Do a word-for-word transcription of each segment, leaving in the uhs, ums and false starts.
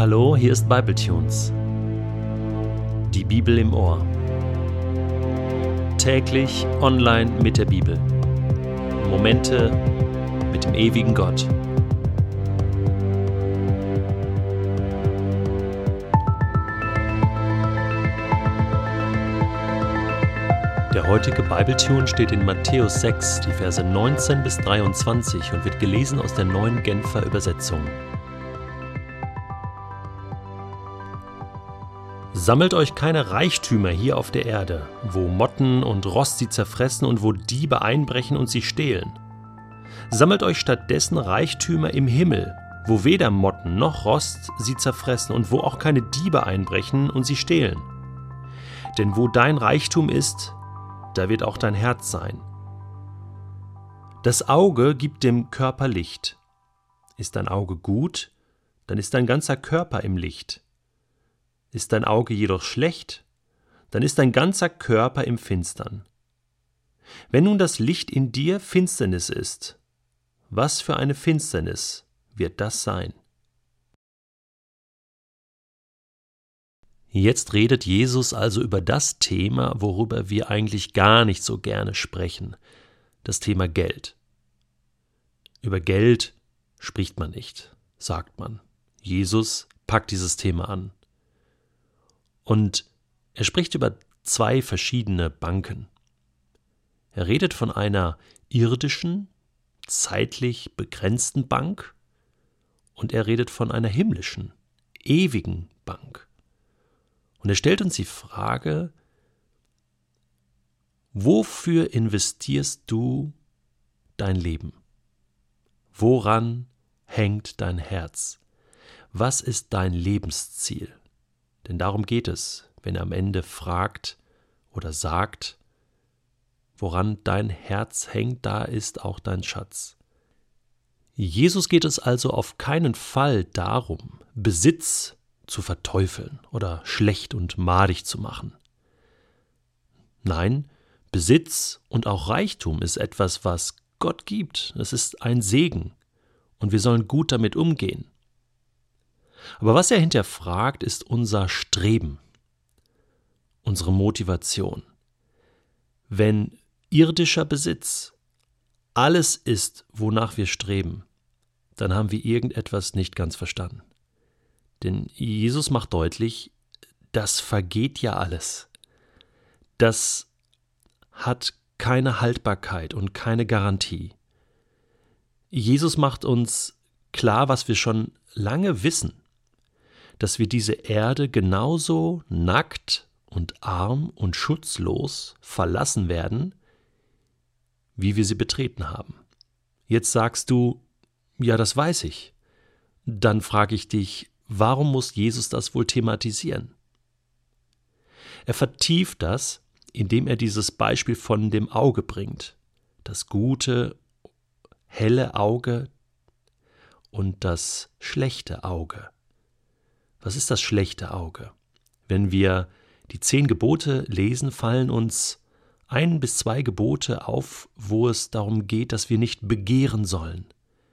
Hallo, hier ist Bibletunes. Die Bibel im Ohr. Täglich online mit der Bibel. Momente mit dem ewigen Gott. Der heutige Bibletune steht in Matthäus sechs, die Verse neunzehn bis dreiundzwanzig und wird gelesen aus der Neuen Genfer Übersetzung. Sammelt euch keine Reichtümer hier auf der Erde, wo Motten und Rost sie zerfressen und wo Diebe einbrechen und sie stehlen. Sammelt euch stattdessen Reichtümer im Himmel, wo weder Motten noch Rost sie zerfressen und wo auch keine Diebe einbrechen und sie stehlen. Denn wo dein Reichtum ist, da wird auch dein Herz sein. Das Auge gibt dem Körper Licht. Ist dein Auge gut, dann ist dein ganzer Körper im Licht. Ist dein Auge jedoch schlecht, dann ist dein ganzer Körper im Finstern. Wenn nun das Licht in dir Finsternis ist, was für eine Finsternis wird das sein? Jetzt redet Jesus also über das Thema, worüber wir eigentlich gar nicht so gerne sprechen, das Thema Geld. Über Geld spricht man nicht, sagt man. Jesus packt dieses Thema an. Und er spricht über zwei verschiedene Banken. Er redet von einer irdischen, zeitlich begrenzten Bank und er redet von einer himmlischen, ewigen Bank. Und er stellt uns die Frage, wofür investierst du dein Leben? Woran hängt dein Herz? Was ist dein Lebensziel? Denn darum geht es, wenn er am Ende fragt oder sagt, woran dein Herz hängt, da ist auch dein Schatz. Jesus geht es also auf keinen Fall darum, Besitz zu verteufeln oder schlecht und madig zu machen. Nein, Besitz und auch Reichtum ist etwas, was Gott gibt. Es ist ein Segen und wir sollen gut damit umgehen. Aber was er hinterfragt, ist unser Streben, unsere Motivation. Wenn irdischer Besitz alles ist, wonach wir streben, dann haben wir irgendetwas nicht ganz verstanden. Denn Jesus macht deutlich, das vergeht ja alles. Das hat keine Haltbarkeit und keine Garantie. Jesus macht uns klar, was wir schon lange wissen, dass wir diese Erde genauso nackt und arm und schutzlos verlassen werden, wie wir sie betreten haben. Jetzt sagst du, ja, das weiß ich. Dann frage ich dich, warum muss Jesus das wohl thematisieren? Er vertieft das, indem er dieses Beispiel von dem Auge bringt. Das gute, helle Auge und das schlechte Auge. Was ist das schlechte Auge? Wenn wir die zehn Gebote lesen, fallen uns ein bis zwei Gebote auf, wo es darum geht, dass wir nicht begehren sollen.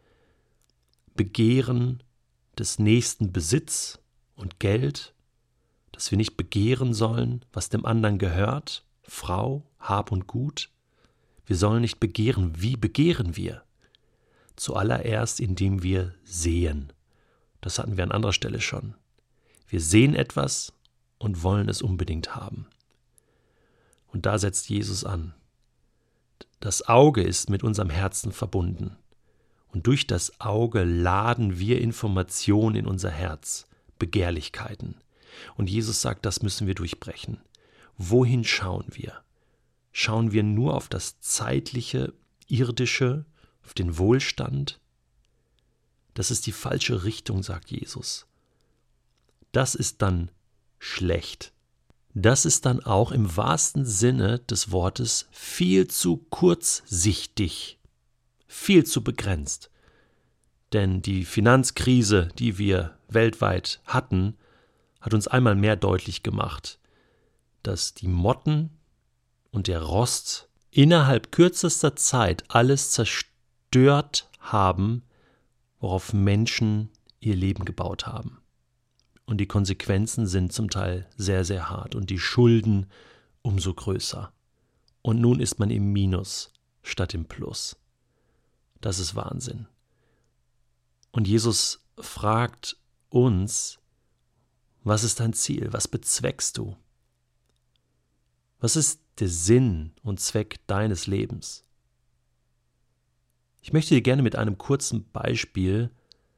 Begehren des nächsten Besitz und Geld, dass wir nicht begehren sollen, was dem anderen gehört, Frau, Hab und Gut. Wir sollen nicht begehren. Wie begehren wir? Zuallererst, indem wir sehen. Das hatten wir an anderer Stelle schon. Wir sehen etwas und wollen es unbedingt haben. Und da setzt Jesus an. Das Auge ist mit unserem Herzen verbunden. Und durch das Auge laden wir Informationen in unser Herz, Begehrlichkeiten. Und Jesus sagt, das müssen wir durchbrechen. Wohin schauen wir? Schauen wir nur auf das zeitliche, irdische, auf den Wohlstand? Das ist die falsche Richtung, sagt Jesus. Das ist dann schlecht. Das ist dann auch im wahrsten Sinne des Wortes viel zu kurzsichtig, viel zu begrenzt. Denn die Finanzkrise, die wir weltweit hatten, hat uns einmal mehr deutlich gemacht, dass die Motten und der Rost innerhalb kürzester Zeit alles zerstört haben, worauf Menschen ihr Leben gebaut haben. Und die Konsequenzen sind zum Teil sehr, sehr hart und die Schulden umso größer. Und nun ist man im Minus statt im Plus. Das ist Wahnsinn. Und Jesus fragt uns, was ist dein Ziel? Was bezweckst du? Was ist der Sinn und Zweck deines Lebens? Ich möchte dir gerne mit einem kurzen Beispiel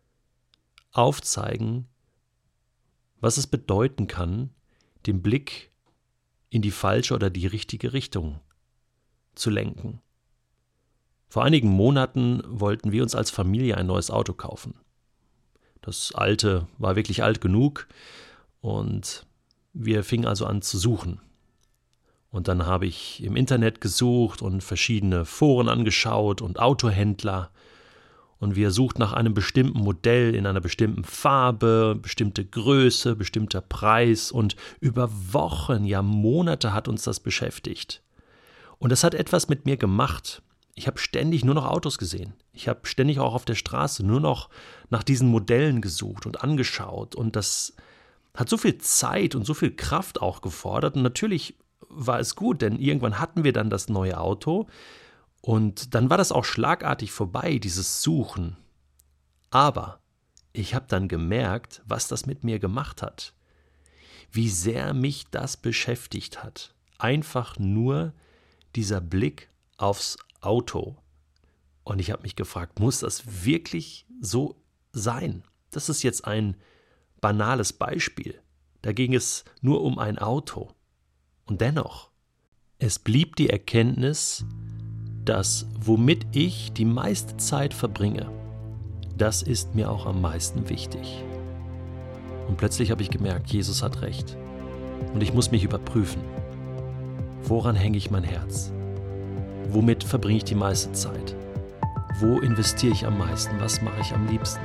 aufzeigen, was es bedeuten kann, den Blick in die falsche oder die richtige Richtung zu lenken. Vor einigen Monaten wollten wir uns als Familie ein neues Auto kaufen. Das alte war wirklich alt genug und wir fingen also an zu suchen. Und dann habe ich im Internet gesucht und verschiedene Foren angeschaut und Autohändler. Und wir suchten nach einem bestimmten Modell in einer bestimmten Farbe, bestimmte Größe, bestimmter Preis. Und über Wochen, ja Monate hat uns das beschäftigt. Und das hat etwas mit mir gemacht. Ich habe ständig nur noch Autos gesehen. Ich habe ständig auch auf der Straße nur noch nach diesen Modellen gesucht und angeschaut. Und das hat so viel Zeit und so viel Kraft auch gefordert. Und natürlich war es gut, denn irgendwann hatten wir dann das neue Auto. Und dann war das auch schlagartig vorbei, dieses Suchen. Aber ich habe dann gemerkt, was das mit mir gemacht hat. Wie sehr mich das beschäftigt hat. Einfach nur dieser Blick aufs Auto. Und ich habe mich gefragt, muss das wirklich so sein? Das ist jetzt ein banales Beispiel. Da ging es nur um ein Auto. Und dennoch, es blieb die Erkenntnis, dass womit ich die meiste Zeit verbringe, das ist mir auch am meisten wichtig. Und plötzlich habe ich gemerkt, Jesus hat recht. Und ich muss mich überprüfen. Woran hänge ich mein Herz? Womit verbringe ich die meiste Zeit? Wo investiere ich am meisten? Was mache ich am liebsten?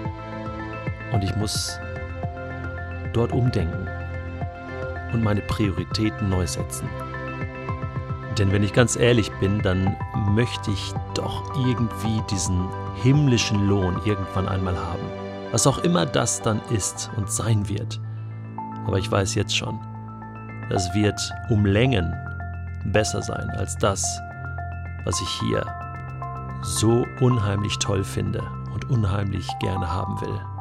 Und ich muss dort umdenken und meine Prioritäten neu setzen. Denn wenn ich ganz ehrlich bin, dann möchte ich doch irgendwie diesen himmlischen Lohn irgendwann einmal haben. Was auch immer das dann ist und sein wird. Aber ich weiß jetzt schon, das wird um Längen besser sein als das, was ich hier so unheimlich toll finde und unheimlich gerne haben will.